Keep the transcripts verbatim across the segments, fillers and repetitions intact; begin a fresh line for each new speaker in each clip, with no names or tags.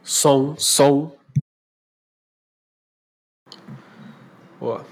Som, som. Boa.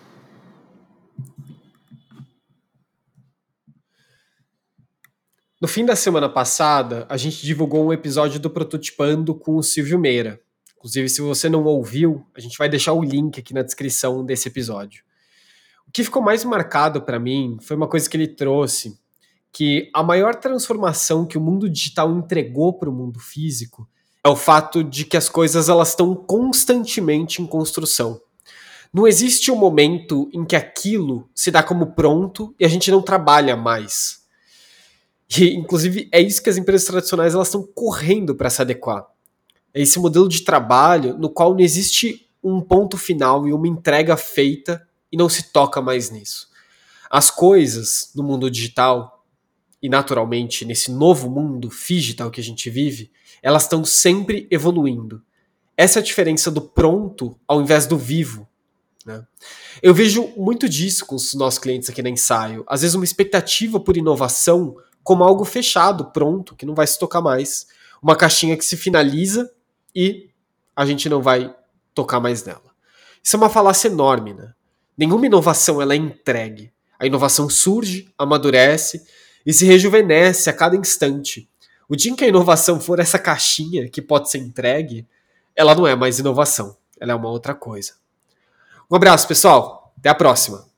No fim da semana passada, a gente divulgou um episódio do Prototipando com o Silvio Meira. Inclusive, se você não ouviu, a gente vai deixar o link aqui na descrição desse episódio. O que ficou mais marcado para mim foi uma coisa que ele trouxe, que a maior transformação que o mundo digital entregou para o mundo físico é o fato de que as coisas elas estão constantemente em construção. Não existe um momento em que aquilo se dá como pronto e a gente não trabalha mais. E, inclusive, é isso que as empresas tradicionais elas estão correndo para se adequar. É esse modelo de trabalho no qual não existe um ponto final e uma entrega feita e não se toca mais nisso. As coisas no mundo digital e, naturalmente, nesse novo mundo digital que a gente vive, elas estão sempre evoluindo. Essa é a diferença do pronto ao invés do vivo. Né? Eu vejo muito disso com os nossos clientes aqui na Ensaio. Às vezes uma expectativa por inovação como algo fechado, pronto, que não vai se tocar mais. Uma caixinha que se finaliza e a gente não vai tocar mais nela. Isso é uma falácia enorme, né? Nenhuma inovação ela é entregue. A inovação surge, amadurece e se rejuvenesce a cada instante. O dia em que a inovação for essa caixinha que pode ser entregue, ela não é mais inovação, ela é uma outra coisa. Um abraço, pessoal. Até a próxima.